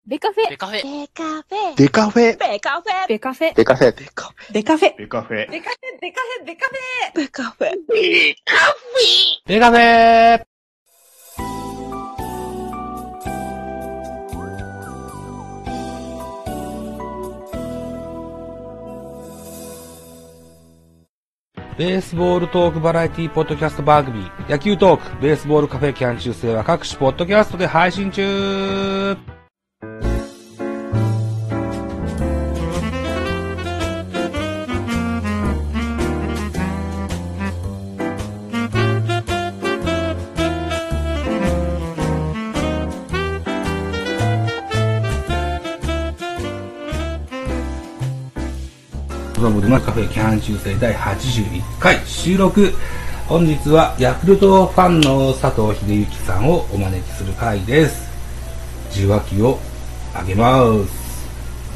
ベカフェ。 ベカフェ。 ベカフェ。 デカフェ。 ベカフェ。 ベカフェ。 デカフェ。デカフェ。 ベカフェ。 ベカフェ。 ベカフェ。ベカフェ。ベカフェ。 ベカフェ。 ベカフェ。ベースボールトークバラエティポッドキャスト番組、野球トーク、ベースボールカフェキャン中世は各種ポッドキャストで配信中。ドムのカフェキャン中世第81回収録。本日はヤクルトファンの佐藤秀幸さんをお招きする回です。受話器をあげます。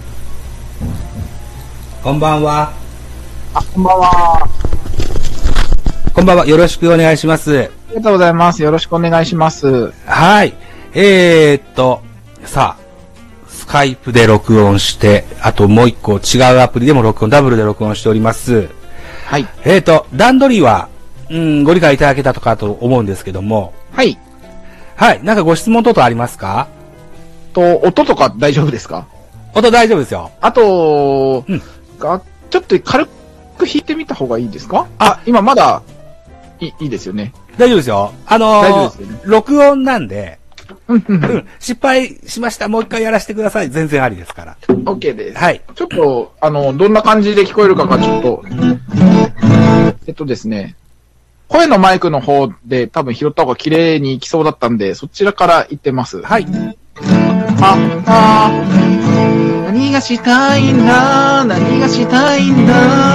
こんばんは。 こんばんは。 こんばんは。よろしくお願いします。 ありがとうございます。よろしくお願いします。 はい。さあ、スカイプで録音して、あともう一個違うアプリでも録音、ダブルで録音しております。 はい。 段取りは、ご理解いただけたとかと思うんですけども。 はい。 はい。なんかご質問等々ありますか？ 音とか大丈夫ですか？ 音大丈夫ですよ。 あと、ちょっと軽く弾いてみた方がいいですか？今まだ、いいですよね。 大丈夫ですよ。 大丈夫ですよね。 録音なんで、失敗しました。もう一回やらせてください。全然ありですから。 OK です。 はい。 ちょっと、どんな感じで聞こえるかがちょっと、ですね、声のマイクの方で多分拾った方が綺麗にいきそうだったんで、そちらから言ってます。 はい。 何がしたいんだ、何がしたいんだ。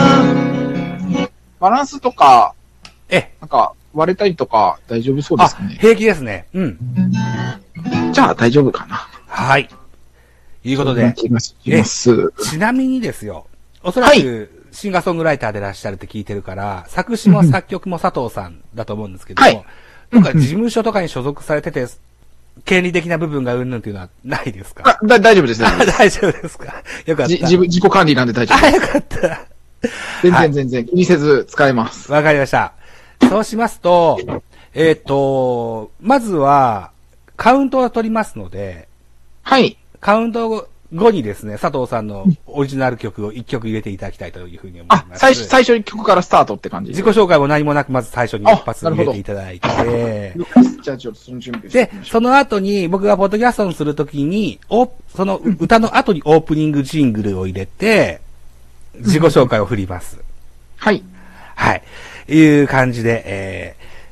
バランスとか、なんか割れたりとか大丈夫そうですかね。 平気ですね。 じゃあ大丈夫かな。 はい。いうことで。 気がします。 ちなみにですよ。おそらく、シンガーソングライターでいらっしゃるって聞いてるから、作詞も作曲も佐藤さんだと思うんですけども、なんか事務所とかに所属されてて、権利的な部分がうんぬんっていうのはないですか？ 大丈夫です。 大丈夫ですか？よかった。 自己管理なんで大丈夫です。 よかった。 全然気にせず使えます。 わかりました。そうしますと、まずは、カウントを取りますので、 はい。 カウント後にですね、佐藤さんのオリジナル曲を1曲入れていただきたいというふうに思います。 最初に曲からスタートって感じ。 自己紹介も何もなく、まず最初に一発入れていただいて、 じゃあちょっとその準備で、その後に僕がポッドキャストをするときに、その歌の後にオープニングジングルを入れて、自己紹介を振ります。 はい。 はい。いう感じで、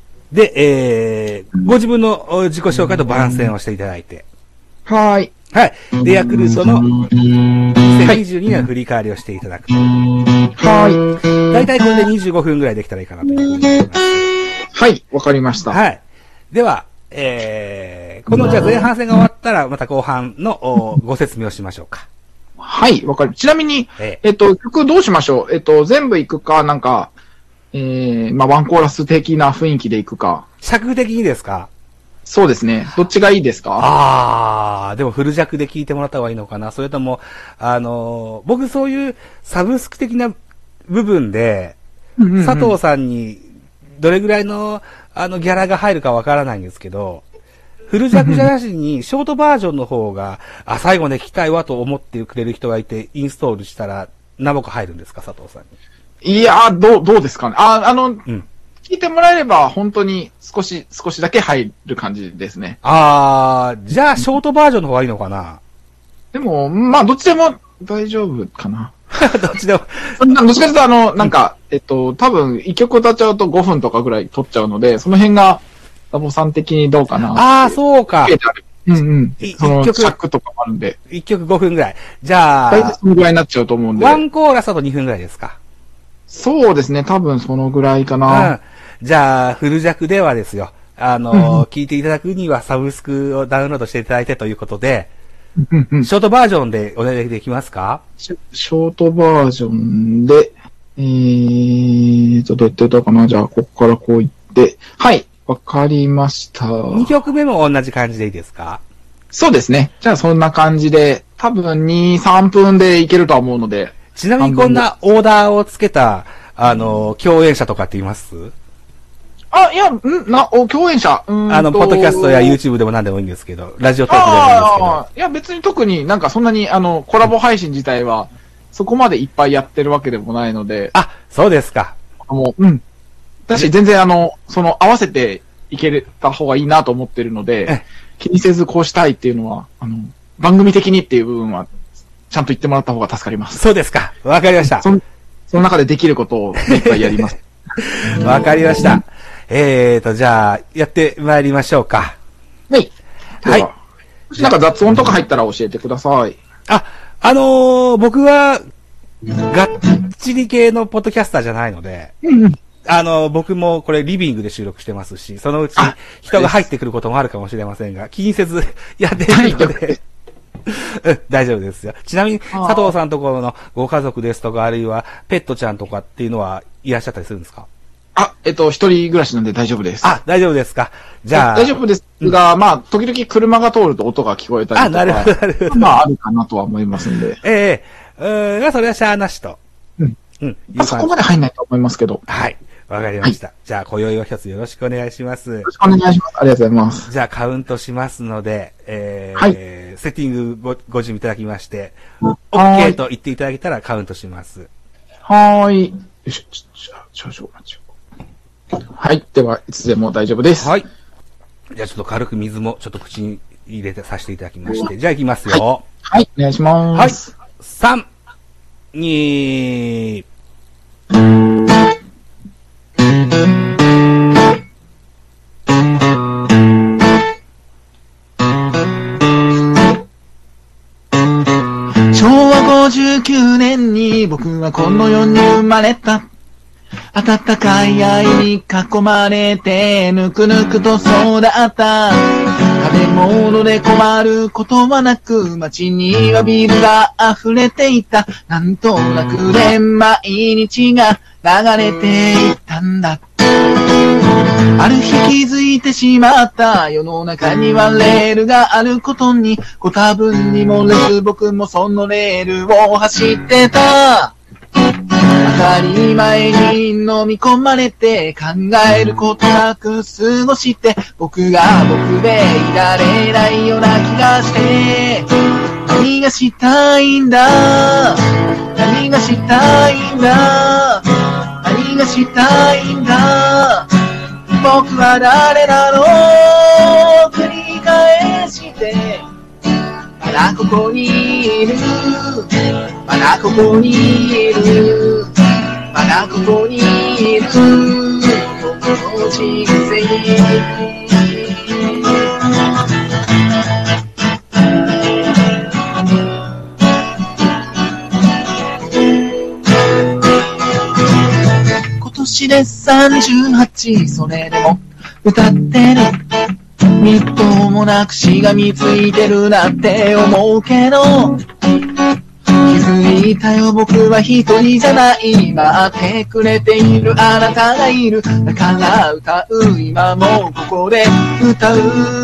ご自分の自己紹介と番宣をしていただいて。 はい。 はい。で、ヤクルトの2022年の振り返りをしていただくと。 はい。 だいたいこれで25分ぐらいできたらいいかなというふうに思います。 はい。わかりました。 はい。では、このじゃあ前半戦が終わったらまた後半のご説明をしましょうか。 はい。ちなみに、曲どうしましょう？全部行くか、なんか、ワンコーラス的な雰囲気で行くか。 尺的にですか？ そうですね。どっちがいいですか？ でもフル尺で聞いてもらった方がいいのかな？それとも、僕そういうサブスク的な部分で、佐藤さんにどれぐらいのギャラが入るかわからないんですけど、フル尺じゃなしにショートバージョンの方が、最後ね聞きたいわと思ってくれる人がいて、インストールしたら何本か入るんですか、佐藤さんに。 いやどうですかね。聞いてもらえれば本当に少しだけ入る感じですね。 じゃあショートバージョンの方がいいのかな？ でも、どっちでも大丈夫かな。 どっちでも。 どっちかというとなんか、多分一曲歌っちゃうと5分とかぐらい撮っちゃうので、その辺が、ラボさん的にどうかな。 そうか。 その尺とかもあるんで。 1曲5分ぐらい。じゃあ、 大体そのぐらいになっちゃうと思うんで。 ワンコーラスだと2分ぐらいですか？ そうですね。多分そのぐらいかな。 じゃあ、フル弱ではですよ。聞いていただくにはサブスクをダウンロードしていただいてということで、ショートバージョンでお願いできますか？ ショートバージョンで、どうやって歌うかな？じゃあ、ここからこう言って。はい。わかりました。 2曲目も同じ感じでいいですか？ そうですね。じゃあそんな感じで、多分2、3分でいけるとは思うので。 ちなみにこんなオーダーをつけた、共演者とかっています？ あ、いや、共演者。 ポッドキャストや YouTube でも何でもいいんですけど、ラジオトークでもいいんですけど。 いや、別に特になんかそんなに、コラボ配信自体は、そこまでいっぱいやってるわけでもないので。 あ、そうですか。 もう、私全然合わせていけた方がいいなと思ってるので、気にせずこうしたいっていうのは、番組的にっていう部分は、ちゃんと言ってもらった方が助かります。 そうですか。わかりました。 その中でできることをいっぱいやります。 わかりました。じゃあ、やってまいりましょうか。 はい。はい。なんか雑音とか入ったら教えてください。 僕は、がっちり系のポッドキャスターじゃないので、僕もこれリビングで収録してますし、そのうち人が入ってくることもあるかもしれませんが、気にせずやっているので、大丈夫ですよ。ちなみに、佐藤さんところのご家族ですとか、あるいはペットちゃんとかっていうのはいらっしゃったりするんですか？ 一人暮らしなんで大丈夫です。 大丈夫ですか。じゃあ。 大丈夫ですが、まあ、時々車が通ると音が聞こえたりとか。 なるほど、なるほど。 まあ、あるかなとは思いますんで。 それはしゃーなしと。 そこまで入んないと思いますけど。 はい。わかりました。じゃあ、今宵は一つよろしくお願いします。よろしくお願いします。ありがとうございます。 じゃあ、カウントしますので、セッティングご準備いただきまして、OK と言っていただけたらカウントします。 はーい。よいしょ、少々お待ちを。はい。では、いつでも大丈夫です。 はい。じゃあ、ちょっと軽く水もちょっと口に入れてさせていただきまして。じゃあ、いきますよ。 はい。お願いします。 はい。3、2、 昭和59年に僕はこの世に生まれた。暖かい愛に囲まれてぬくぬくと育った。食べ物で困ることはなく街にはビールが溢れていた。なんとなくで毎日が流れていったんだ。ある日気づいてしまった世の中にはレールがあることにご多分にもれず僕もそのレールを走ってた。当たり前に飲み込まれて考えることなく過ごして僕が僕でいられないような気がして何がしたいんだ何がしたいんだ何がしたいんだ僕は誰なの繰り返してまだここにいるまだここにいるまだここにいるこの人生今年で38それでも歌ってるみっともなくしがみついてるなって思うけど気づいたよ僕は一人じゃない待ってくれているあなたがいるだから歌う今もここで歌う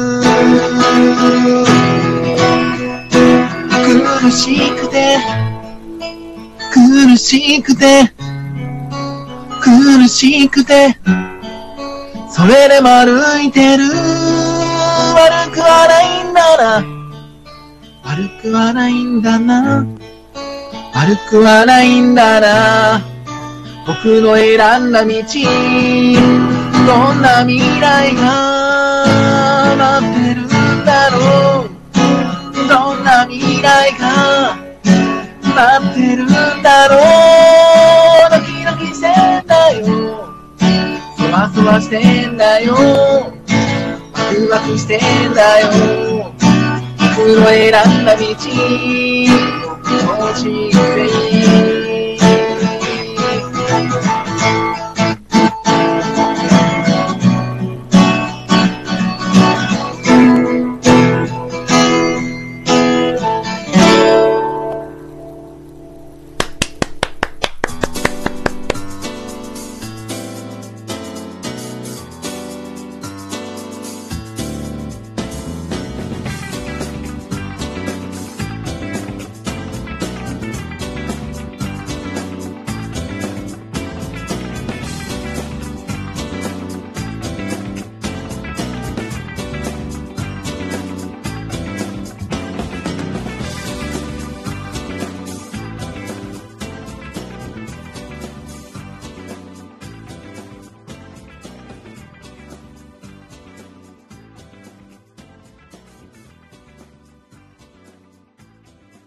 苦しくて苦しくて苦しくてそれでも歩いてる悪くはないんだな悪くはないんだな悪くはないんだな僕の選んだ道どんな未来が待ってるんだろうどんな未来が待ってるんだろうドキドキしてんだよそわそわしてんだよワクワクしてんだよ僕の選んだ道の人生